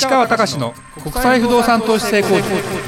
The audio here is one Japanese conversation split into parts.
川隆の国際不動産投資成功塾。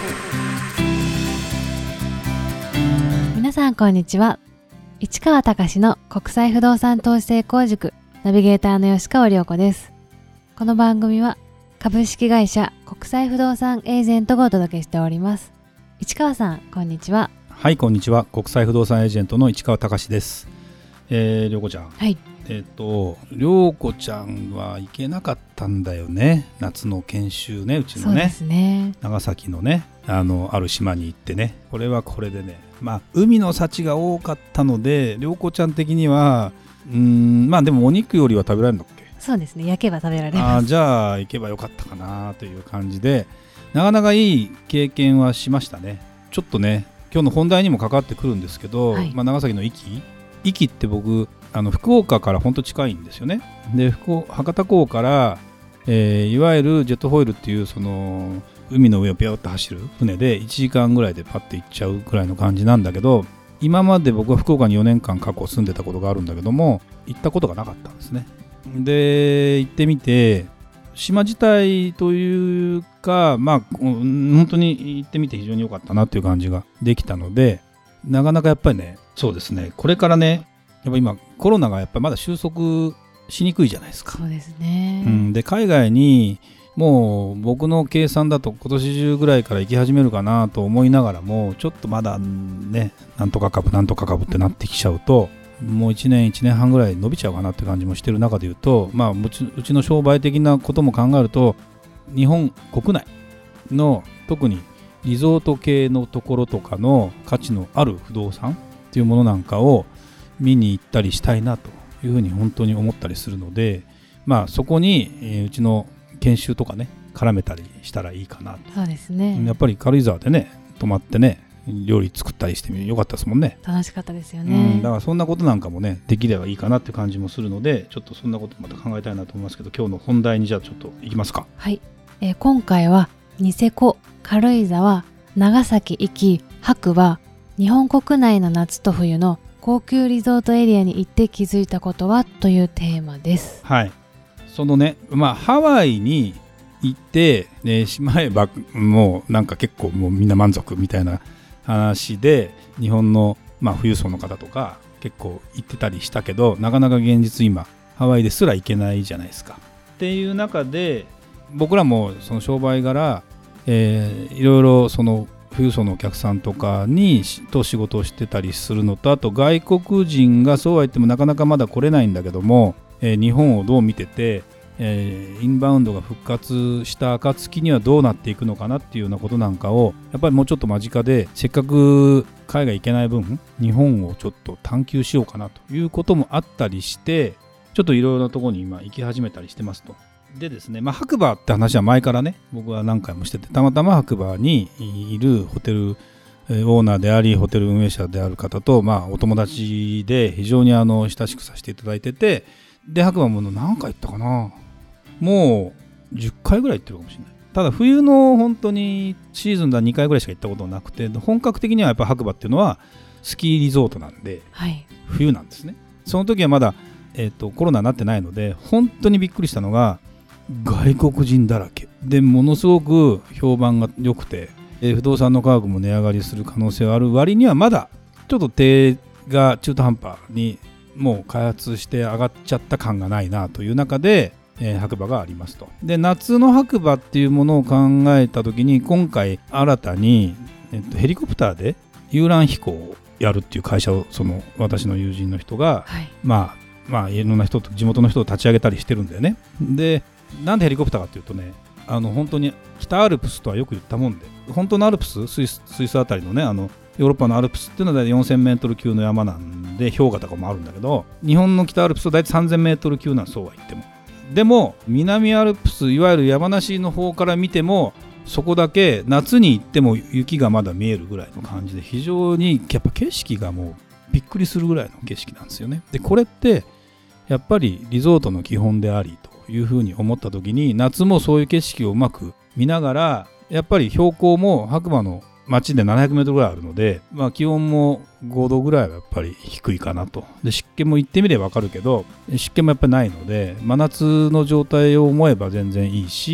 皆さんこんにちは。市川隆の国際不動産投資成功塾ナビゲーターの吉川亮子です。この番組は株式会社国際不動産エージェントがお届けしております。市川さんこんにちは。 はい、こんにちは。国際不動産エージェントの市川隆です。亮子ちゃん、 はい。 亮子ちゃんは行けなかったんだよね。夏の研修ね、うちのね。 そうですね。 長崎のね、ある島に行ってね、これはこれでね、海の幸が多かったので、亮子ちゃん的にはでもお肉よりは食べられるんだっけ。 そうですね、焼けば食べられます。 じゃあ行けばよかったかなという感じで、なかなかいい経験はしましたね。ちょっとね、今日の本題にも関わってくるんですけど、長崎の壱岐って僕福岡から本当近いんですよね。で博多港から、いわゆるジェットフォイルっていうその海の上をピョーって走る船で1時間ぐらいでパッて行っちゃうくらいの感じなんだけど、今まで僕は福岡に4年間過去住んでたことがあるんだけども、行ったことがなかったんですね。で行ってみて、島自体というか本当に行ってみて非常に良かったなという感じができたので、なかなかやっぱりね、そうですね、これからね、やっぱ今コロナがやっぱまだ収束しにくいじゃないですか。 そうですね。 で海外にもう僕の計算だと今年中ぐらいから行き始めるかなと思いながらも、ちょっとまだね、なんとか株ってなってきちゃうと、もう1年半ぐらい伸びちゃうかなって感じもしてる中で言うと、うちの商売的なことも考えると、日本国内の特にリゾート系のところとかの価値のある不動産っていうものなんかを見に行ったりしたいなというふうに本当に思ったりするので、そこに、うちの研修とかね絡めたりしたらいいかなと。 そうですね。 やっぱり軽井沢でね泊まってね料理作ったりしてよかったですもんね。 楽しかったですよね。 だからそんなことなんかもねできればいいかなっていう感じもするので、ちょっとそんなことまた考えたいなと思いますけど、今日の本題にじゃあちょっといきますか。 はい、今回はニセコ、軽井沢、長崎、壱岐、白馬、日本国内の夏と冬の高級リゾートエリアに行って気づいたことはというテーマです。 はい。そのね、ハワイに行ってしまえばもうなんか結構もうみんな満足みたいな話で、日本の富裕層の方とか結構行ってたりしたけど、なかなか現実今ハワイですら行けないじゃないですか。っていう中で僕らもその商売柄、いろいろその富裕層のお客さんとかと仕事をしてたりするのと、あと外国人がそうは言ってもなかなかまだ来れないんだけども、日本をどう見てて、インバウンドが復活した暁にはどうなっていくのかなっていうようなことなんかを、やっぱりもうちょっと間近で、せっかく海外行けない分日本をちょっと探求しようかなということもあったりして、ちょっといろいろなところに今行き始めたりしてますと。でですね、白馬って話は前からね僕は何回もしてて、たまたま白馬にいるホテルオーナーでありホテル運営者である方とお友達で非常に親しくさせていただいてて、で白馬も何回行ったかな、もう10回ぐらい行ってるかもしれない。ただ冬の本当にシーズンでは2回ぐらいしか行ったことなくて、本格的にはやっぱ白馬っていうのはスキーリゾートなんで、冬なんですね。その時はまだ、コロナになってないので、本当にびっくりしたのが外国人だらけで、ものすごく評判が良くて、不動産の価格も値上がりする可能性がある割には、まだちょっと手が中途半端にもう開発して上がっちゃった感がないなという中で、白馬がありますと。で夏の白馬っていうものを考えた時に、今回新たに、ヘリコプターで遊覧飛行をやるっていう会社を、その私の友人の人が、いろんな人と地元の人を立ち上げたりしてるんだよね。でなんでヘリコプターかっていうとね、本当に北アルプスとはよく言ったもんで、本当のアルプス、スイスあたりのね、ヨーロッパのアルプスっていうのは4000メートル級の山なんで、氷河とかもあるんだけど、日本の北アルプスは大体3000メートル級なん、そうは言っても。でも南アルプス、いわゆる山梨の方から見ても、そこだけ夏に行っても雪がまだ見えるぐらいの感じで、非常にやっぱ景色がもうびっくりするぐらいの景色なんですよね。でこれってやっぱりリゾートの基本でありというふうに思った時に、夏もそういう景色をうまく見ながら、やっぱり標高も白馬の街で700メートルぐらいあるので、気温も5度ぐらいはやっぱり低いかなと。で湿気も行ってみれば分かるけど、湿気もやっぱりないので、真夏の状態を思えば全然いいし、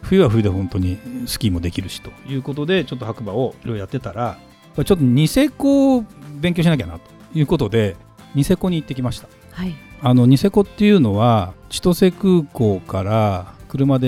冬は冬で本当にスキーもできるしということで、ちょっと白馬をいろいろやってたら、ちょっとニセコを勉強しなきゃなということでニセコに行ってきました。 はい、 ニセコっていうのは千歳空港から車で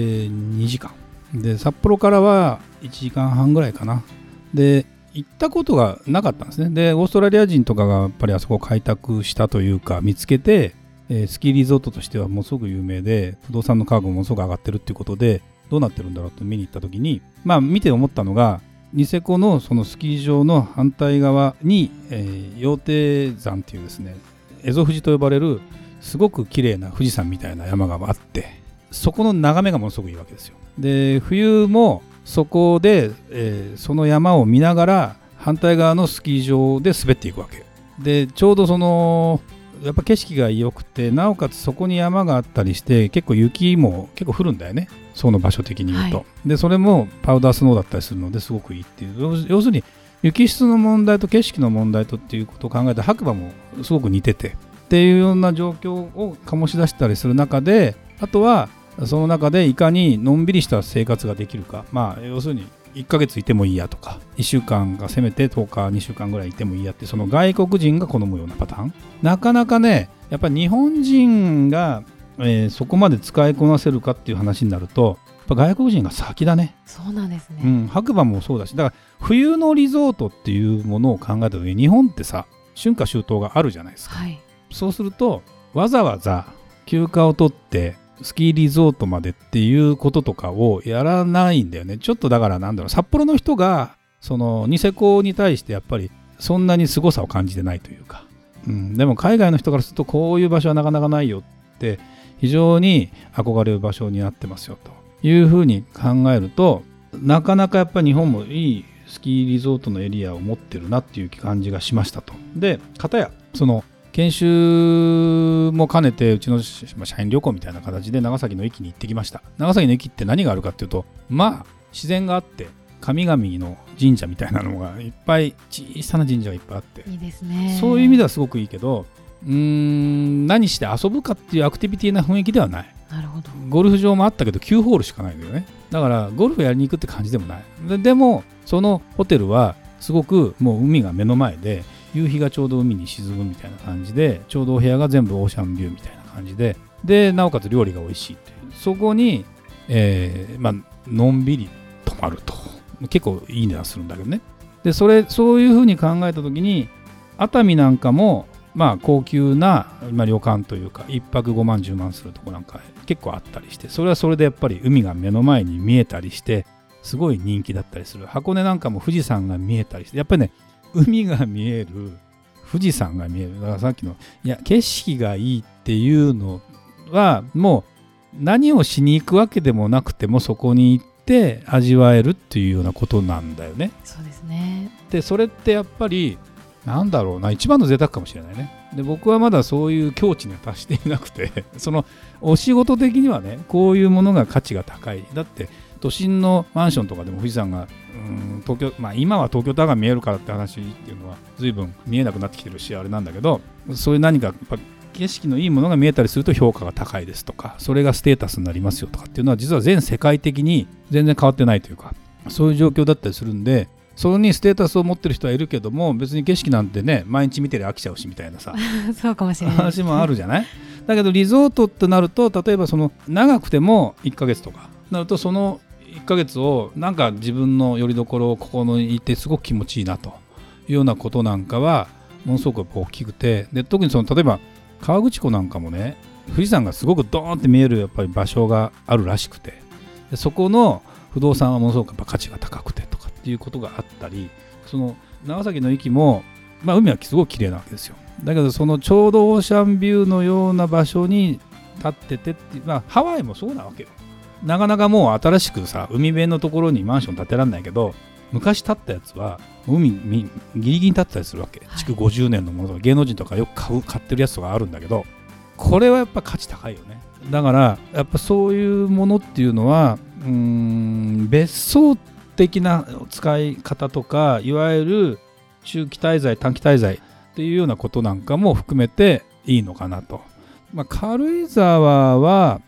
2時間で、札幌からは1時間半ぐらいかな。で行ったことがなかったんですね。でオーストラリア人とかがやっぱりあそこを開拓したというか見つけて、スキーリゾートとしてはものすごく有名で、不動産の価格もものすごく上がってるっていうことで、どうなってるんだろうと見に行った時に、見て思ったのが、ニセコのそのスキー場の反対側に、羊蹄山っていうですね、蝦夷富士と呼ばれるすごく綺麗な富士山みたいな山があって、そこの眺めがものすごくいいわけですよ。で冬もそこで、その山を見ながら反対側のスキー場で滑っていくわけで、ちょうどそのやっぱ景色が良くて、なおかつそこに山があったりして結構雪も結構降るんだよね、その場所的に言うと、はい、でそれもパウダースノーだったりするのですごくいいっていう、要するに雪質の問題と景色の問題とっていうことを考えたら白馬もすごく似ててっていうような状況を醸し出したりする中で、あとはその中でいかにのんびりした生活ができるか、要するに1ヶ月いてもいいやとか、1週間がせめて10日2週間ぐらいいてもいいやって、その外国人が好むようなパターン、なかなかねやっぱり日本人が、そこまで使いこなせるかっていう話になると、やっぱ外国人が先だね。 そうなんですね、 白馬もそうだし、だから冬のリゾートっていうものを考えた時に、日本ってさ春夏秋冬があるじゃないですか、はい、そうするとわざわざ休暇を取ってスキーリゾートまでっていうこととかをやらないんだよね。ちょっとだから札幌の人がそのニセコに対してやっぱりそんなに凄さを感じてないというか、でも海外の人からするとこういう場所はなかなかないよって非常に憧れる場所になってますよというふうに考えると、なかなかやっぱり日本もいいスキーリゾートのエリアを持ってるなっていう感じがしましたと。で片やその研修も兼ねてうちの社員旅行みたいな形で長崎の駅に行ってきました。長崎の駅って何があるかっていうと、自然があって神々の神社みたいなのがいっぱい、小さな神社がいっぱいあって、 いいですね。 そういう意味ではすごくいいけど、何して遊ぶかっていうアクティビティな雰囲気ではない。 なるほど。 ゴルフ場もあったけど9ホールしかないんだよね。だからゴルフやりに行くって感じでもない。でもそのホテルはすごくもう海が目の前で、夕日がちょうど海に沈むみたいな感じで、ちょうどお部屋が全部オーシャンビューみたいな感じで、なおかつ料理が美味しいっていう、そこに、のんびり泊まると結構いい値段するんだけどね。でそういうふうに考えた時に、熱海なんかも高級な、旅館というか1泊5万10万するとこなんか結構あったりして、それはそれでやっぱり海が目の前に見えたりしてすごい人気だったりする。箱根なんかも富士山が見えたりして、やっぱりね、海が見える、富士山が見える、だからさっきの景色がいいっていうのはもう何をしに行くわけでもなくても、そこに行って味わえるっていうようなことなんだよね。 そうですね。 でそれってやっぱり一番の贅沢かもしれないね。で僕はまだそういう境地には達していなくてそのお仕事的にはね、こういうものが価値が高い。だって都心のマンションとかでも富士山が東京、今は東京タワーが見えるからって話っていうのは随分見えなくなってきてるしあれなんだけど、そういう何かやっぱ景色のいいものが見えたりすると評価が高いですとか、それがステータスになりますよとかっていうのは実は全世界的に全然変わってないというか、そういう状況だったりするんで、それにステータスを持ってる人はいるけども、別に景色なんてね毎日見てりゃ飽きちゃうしみたいなさそうかもしれない、 話もあるじゃない。だけどリゾートってなると、例えばその長くても1ヶ月とかなると、その1ヶ月をなんか自分の拠り所をここにいてすごく気持ちいいなというようなことなんかはものすごく大きくて、で特にその例えば河口湖なんかもね、富士山がすごくドーンって見えるやっぱり場所があるらしくて、でそこの不動産はものすごくやっぱ価値が高くてとかっていうことがあったり、その長崎の駅も、海はすごく綺麗なわけですよ。だけどそのちょうどオーシャンビューのような場所に立っててっていう、ハワイもそうなわけよ。なかなかもう新しくさ海辺のところにマンション建てられないけど、昔建ったやつは海ギリギリに建ってたりするわけ、築50年のものとか芸能人とかよく買ってるやつとかあるんだけど、これはやっぱ価値高いよね。だからやっぱそういうものっていうのは別荘的な使い方とか、いわゆる中期滞在短期滞在っていうようなことなんかも含めていいのかなと。軽井沢は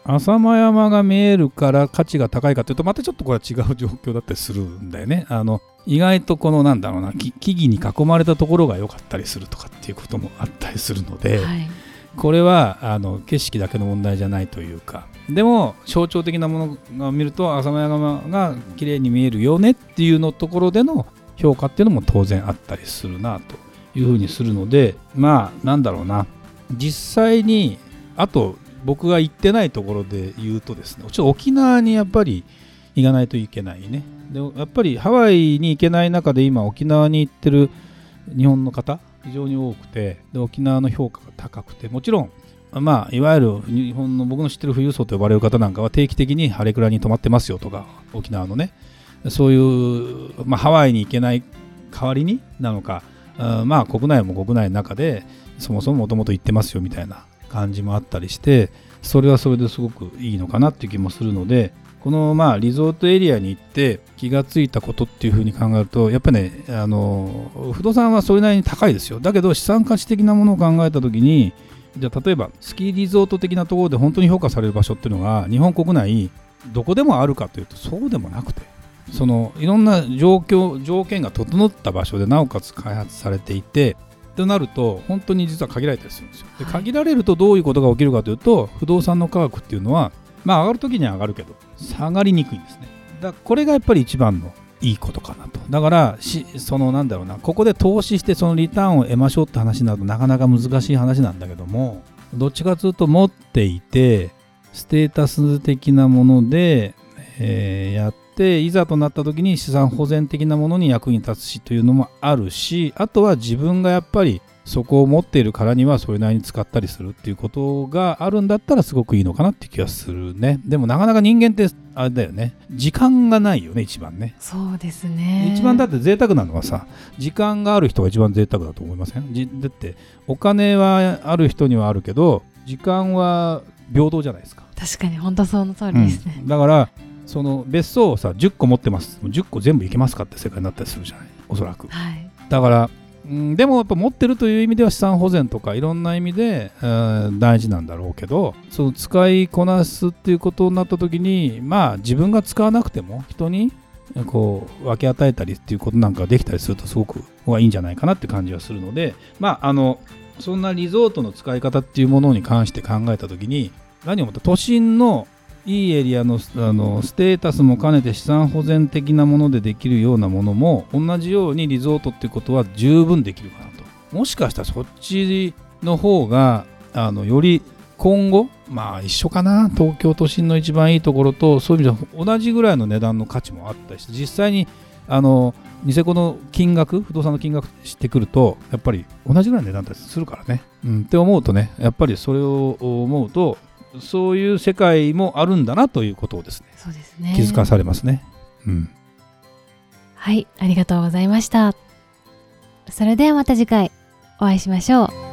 浅間山が見えるから価値が高いかというとまたちょっとこれは違う状況だったりするんだよね。意外とこのなんだろうな木々に囲まれたところが良かったりするとかっていうこともあったりするので、 はい、 これは景色だけの問題じゃないというか、でも象徴的なものが見ると浅間山が綺麗に見えるよねっていうのところでの評価っていうのも当然あったりするなというふうにするので、まあなんだろうな、実際にあと僕が行ってないところで言うとですね、ちょっと沖縄にやっぱり行かないといけないね。でやっぱりハワイに行けない中で今沖縄に行ってる日本の方非常に多くて、で沖縄の評価が高くて、もちろんまあいわゆる日本の僕の知ってる富裕層と呼ばれる方なんかは定期的にハレクラに泊まってますよとか、沖縄のねそういう、ハワイに行けない代わりになのか、まあ国内も国内の中でそもそももともと行ってますよみたいな感じもあったりして、それはそれですごくいいのかなっていう気もするので、このリゾートエリアに行って気がついたことっていうふうに考えると、やっぱりね不動産はそれなりに高いですよ。だけど資産価値的なものを考えた時に、じゃあ例えばスキーリゾート的なところで本当に評価される場所っていうのが日本国内どこでもあるかというとそうでもなくて、そのいろんな条件が整った場所でなおかつ開発されていてとなると本当に実は限られたりするんですよ。で限られるとどういうことが起きるかというと、不動産の価格っていうのは上がるときには上がるけど下がりにくいんですね。だからこれがやっぱり一番のいいことかなと。だからそのなんだろうな、ここで投資してそのリターンを得ましょうって話になるとなかなか難しい話なんだけども、どっちかというと持っていてステータス的なもので、やっていざとなった時に資産保全的なものに役に立つしというのもあるし、あとは自分がやっぱりそこを持っているからにはそれなりに使ったりするっていうことがあるんだったらすごくいいのかなっていう気がするね。でもなかなか人間ってあれだよね、時間がないよね一番ね。 そうですね。 一番だって贅沢なのはさ、時間がある人が一番贅沢だと思いません？だってお金はある人にはあるけど時間は平等じゃないですか。 確かに本当その通りですね、 だからその別荘をさ10個持ってます、10個全部いけますかって世界になったりするじゃない、おそらく、 はい、 だからでもやっぱ持ってるという意味では資産保全とかいろんな意味で、大事なんだろうけど、その使いこなすっていうことになった時に自分が使わなくても人にこう分け与えたりっていうことなんかができたりするとすごくいいんじゃないかなって感じはするので、そんなリゾートの使い方っていうものに関して考えた時に、何をもって都心のいいエリアの、ステータスも兼ねて資産保全的なものでできるようなものも同じようにリゾートっていうことは十分できるかなと。もしかしたらそっちの方がより今後一緒かな、東京都心の一番いいところとそういう意味では同じぐらいの値段の価値もあったりして、実際にニセコの金額、不動産の金額してくるとやっぱり同じぐらいの値段だったりするからね、って思うとね、やっぱりそれを思うとそういう世界もあるんだなということをですね、 そうですね、 気づかされますね、 はい、ありがとうございました。それではまた次回お会いしましょう。